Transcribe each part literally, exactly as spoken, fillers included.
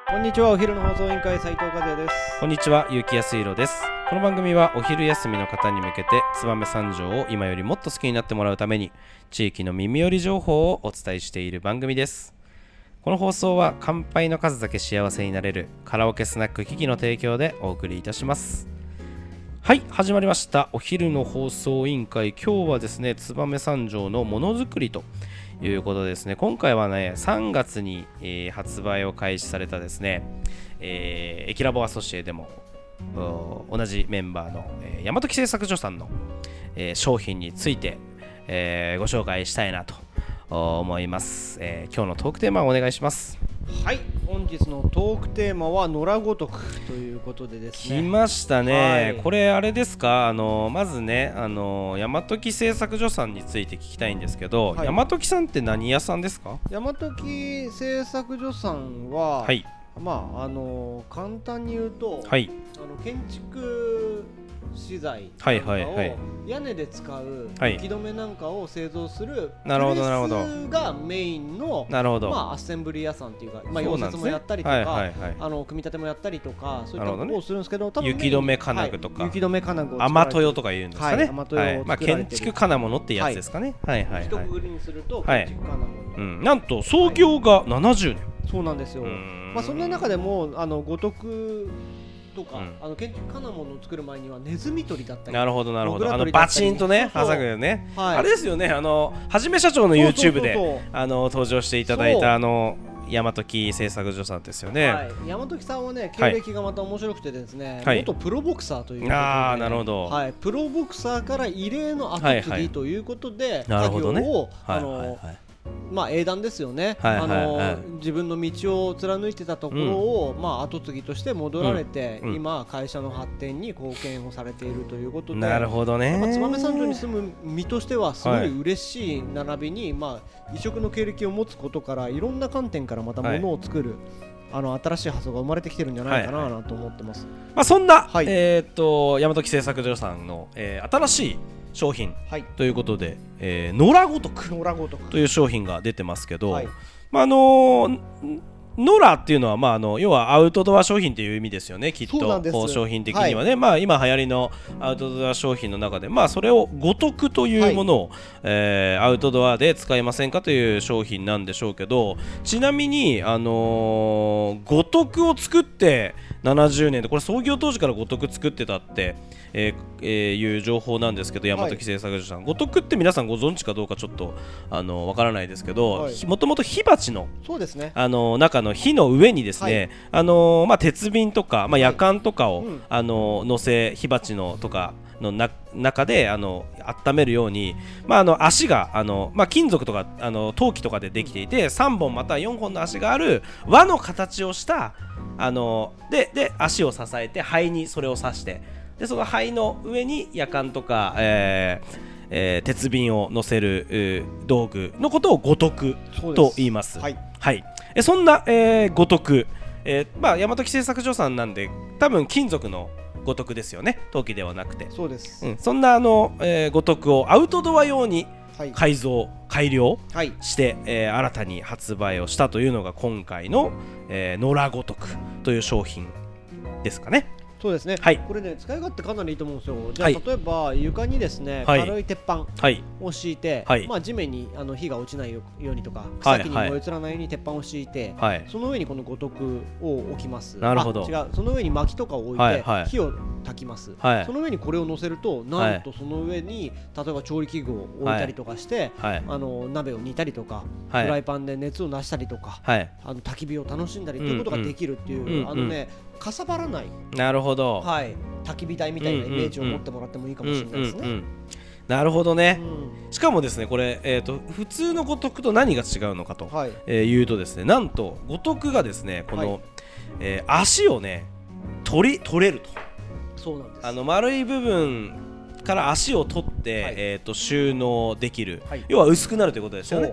こんにちは、お昼の放送委員会斉藤和也です。 こんにちは、結城康弘です。この番組はお昼休みの方に向けて燕三条を今よりもっと好きになってもらうために地域の耳寄り情報をお伝えしている番組です。この放送は乾杯の数だけ幸せになれるカラオケスナックキキの提供でお送りいたします。はい、始まりましたお昼の放送委員会。今日はですね、燕三条のものづくりということですね。今回はね、さんがつに、えー、発売を開始されたですね、えー、エキラボアソシエでも同じメンバーの、えー、大和木製作所さんの、えー、商品について、えー、ご紹介したいなと思います、えー、今日のトークテーマをお願いします。 はい、本日のトークテーマは野良ごとくということでですね、 来ましたね、はい、これあれですか、あのまずね、あの大和木製作所さんについて聞きたいんですけど、はい、大和木さんって何屋さんですか？ 大和木製作所さんは、はい、まああの簡単に言うと、はい、あの建築資材なんかを屋根で使う雪止めなんかを製造するプレスがメインのまあアッセンブリー屋さんっていうか、まあ溶接もやったりとか、あの組み立てもやったりとか、そういったことをするんですけど、多分雪止め金具とか雪止め金具を雨豊とか言うんですかね。まあ建築金物ってやつですかね。はいはいはい。 一括りにすると建築金物。 なんと創業がななじゅうねん。 そうなんですよ。まあそんな中でもあの五徳とか、うん、あの建築金物を作る前にはネズミ捕りだったり、 なるほどなるほど、あのバチンとね挟ぐよね、はい、あれですよね、あのはじめ社長の YouTube であの登場していただいたあの大和木製作所さんですよね。はい、 大和木さんはね、経歴がまた面白くてですね、はい、元プロボクサーということで、 あーなるほど、 はい、プロボクサーから異例の後継ぎということで、はいはい、作業を、あの、はいはいはい、まあ英断ですよね、はいはいはい、あの自分の道を貫いてたところを、うん、まあ後継ぎとして戻られて、うん、今会社の発展に貢献をされているということで、 なるほどね、 燕三条に住む身としてはすごい嬉しい並びに、はい、まあ異色の経歴を持つことからいろんな観点からまたものを作る、はい、あの新しい発想が生まれてきてるんじゃないかな、はいはい、と思ってます。 まあ、そんな、はい、えー、っと大和木製作所さんの、えー、新しい商品、はい、ということで、えー、野良ごとくという商品が出てますけど、はい、まああのー、野良っていうのは、まあ、あの要はアウトドア商品という意味ですよね、きっとこう商品的にはね、はい、まあ、今流行りのアウトドア商品の中で、まあ、それをごとくというものを、はい、えー、アウトドアで使いませんかという商品なんでしょうけど、ちなみに、あのー、ごとくを作ってななじゅうねんで、これ創業当時からごとく作ってたって、えーえー、いう情報なんですけど、大和木製作所さん、ごとくって皆さんご存知かどうかちょっとあのわからないですけど、もともと火鉢の、 そうですね、 あの中の火の上にですね、はい、あのまあ、鉄瓶とか、まあ、やかんとかを、はい、うん、あの乗せ、火鉢のとかのな中であの温めるように、まあ、あの足があの、まあ、金属とかあの陶器とかでできていて、さんぼんまたはよんほんの足がある輪の形をしたあの で, で足を支えて肺にそれを刺して、でその肺の上にやかんとか、えーえー、鉄瓶を乗せる道具のことをごとくと言います。はい、はい、えそんな、えー、ごとく、えーまあ、大和木製作所さんなんで多分金属のごとくですよね、陶器ではなくて。 そうです、 うん、そんなあの、えー、ごとくをアウトドア用に改造、はい、改良して、はい、えー、新たに発売をしたというのが今回の、えー、野良ごとくという商品ですかね。 そうですね、はい、これね使い勝手かなりいいと思うんですよ。じゃあ、はい、例えば床にですね、はい、軽い鉄板を敷いて、はい、まあ、地面にあの火が落ちないようにとか草木に燃え移らないように鉄板を敷いて、はい、その上にこのごとくを置きます。 なるほど。 違う、その上に薪とかを置いて、はいはい、火を焚きます、はい、その上にこれを乗せると、なんとその上に例えば調理器具を置いたりとかして、はい、あの鍋を煮たりとか、はい、フライパンで熱を出したりとか、はい、あの焚き火を楽しんだりということができるっていう、うんうん、あのね、かさばらない、 なるほど、 はい、焚き火台みたいなイメージを持ってもらってもいいかもしれないですね、うんうんうん、 なるほどね、うん、しかもですね、これ、えーと、普通のごとくと何が違うのかと、はい、えー、いうとですね、なんとごとくがですね、この、はい、えー、足をね取り取れると。 そうなんです。 あの丸い部分から足を取って、はい、えーと収納できる、はい、要は薄くなるということですよね。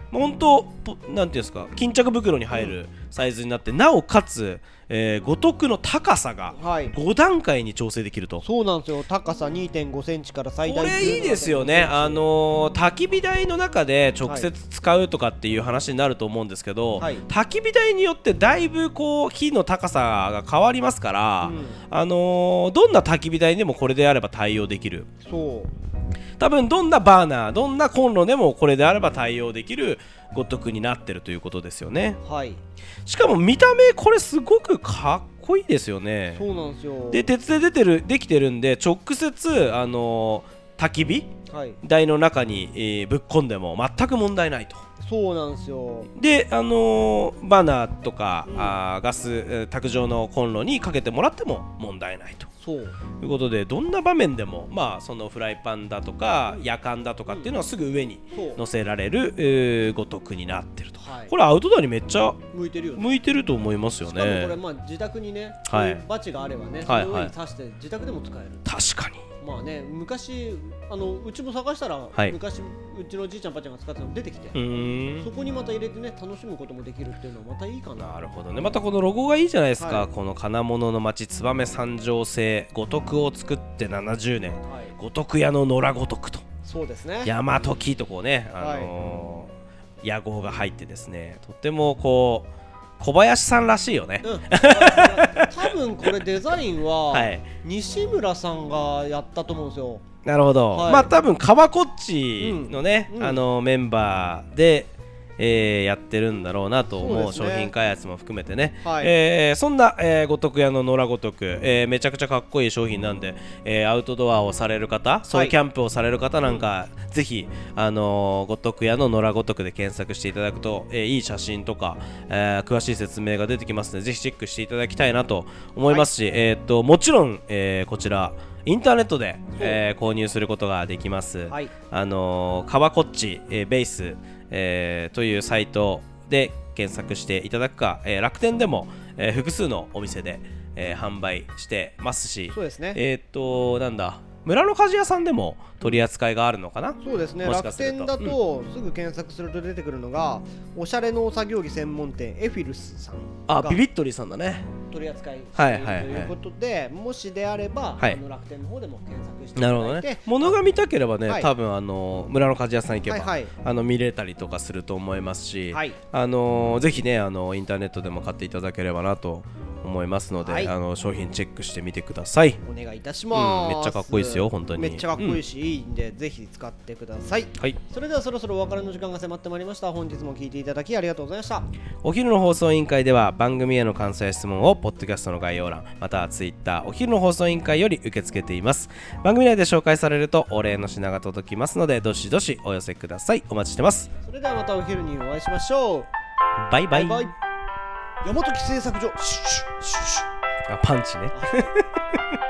本当なんていうんですか、巾着袋に入るサイズになって、うん、なおかつ、えー、五徳の高さがご段階に調整できると、はい、 そうなんですよ。高さ にてんごセンチから最大これいいですよね。あのー、焚き火台の中で直接使うとかっていう話になると思うんですけど、はい、焚き火台によってだいぶこう火の高さが変わりますから、うん、あのー、どんな焚き火台でもこれであれば対応できる。 そう多分どんなバーナー、どんなコンロでもこれであれば対応できる五徳になってるということですよね。 はい。 しかも見た目これすごくかっこいいですよね。 そうなんですよ。 で鉄で出てるできてるんで、直接あのー、焚き火台の中に、えー、ぶっ込んでも全く問題ないと。 そうなんですよ。 で、あのー、バーナーとか、うん、あガス卓上のコンロにかけてもらっても問題ないと。そういうことで、どんな場面でも、まあ、そのフライパンだとかやかんだとかっていうのはすぐ上に乗せられる、えー、五徳になってると、はい、これアウトドアにめっちゃ向いてるよね。 向いてると思いますよね。 しかもこれ、まあ、自宅にね、はい、バチがあればね、その上に刺して自宅でも使える。 確かに。 まあね、昔あのうちも探したら、はい、昔うちのじいちゃんばあちゃんが使ってたの出てきて、うーん、そこにまた入れてね楽しむこともできるっていうのはまたいいかな。 なるほどね。またこのロゴがいいじゃないですか、はい、この金物の町燕三条製五徳を作ってななじゅうねん、はい、五徳屋の野良五徳と、 そうですね、 大和木とこうね、あのーはい、屋号が入ってですね、とってもこう小林さんらしいよね、うん、 多分これデザインは西村さんがやったと思うんですよ。 なるほど、はい、まあ多分川こっちのね、うんうん、あのメンバーで、えー、やってるんだろうなと思う、ね、商品開発も含めてね、はい、えー、そんな、えー、五徳屋の野良五徳、えー、めちゃくちゃかっこいい商品なんで、えー、アウトドアをされる方、ソロキャンプをされる方なんか、はい、ぜひ、あのー、五徳屋の野良五徳で検索していただくと、えー、いい写真とか、えー、詳しい説明が出てきますので、ぜひチェックしていただきたいなと思いますし、はい、えー、っともちろん、えー、こちらインターネットで、えー、購入することができます、はい、あのー、川こっち、えー、ベース、えー、というサイトで検索していただくか、えー、楽天でも、えー、複数のお店で、えー、販売してますし、 そうですね、 えー、っとなんだ村の鍛冶屋さんでも取り扱いがあるのかな。 そうですね、楽天だとすぐ検索すると出てくるのが、うん、おしゃれ農作業着専門店エフィルスさん、 あ、ビビットリーさんだね、 取り扱いしているということで、はいはいはい、もしであれば、はい、あの楽天の方でも検索していただいて、なるほどね、 物が見たければね、はい、多分あの村の鍛冶屋さん行けば、はいはい、あの見れたりとかすると思いますし、はい、あのぜひね、あのインターネットでも買っていただければなと思いますので、はい、あの商品チェックしてみてください。 お願いいたします、 うん、めっちゃかっこいいですよ、本当にめっちゃかっこいいし、うん、いいんでぜひ使ってください、はい、それではそろそろお別れの時間が迫ってまいりました。本日も聞いていただきありがとうございました。 お昼の放送委員会では番組への感想や質問をポッドキャストの概要欄、またはツイッターお昼の放送委員会より受け付けています。番組内で紹介されるとお礼の品が届きますので、どしどしお寄せください。お待ちしてます。 それではまたお昼にお会いしましょう。 バイバイ。 バイバイ。大和木製作所、シュッシュッシュッシュッ、 あ、パンチね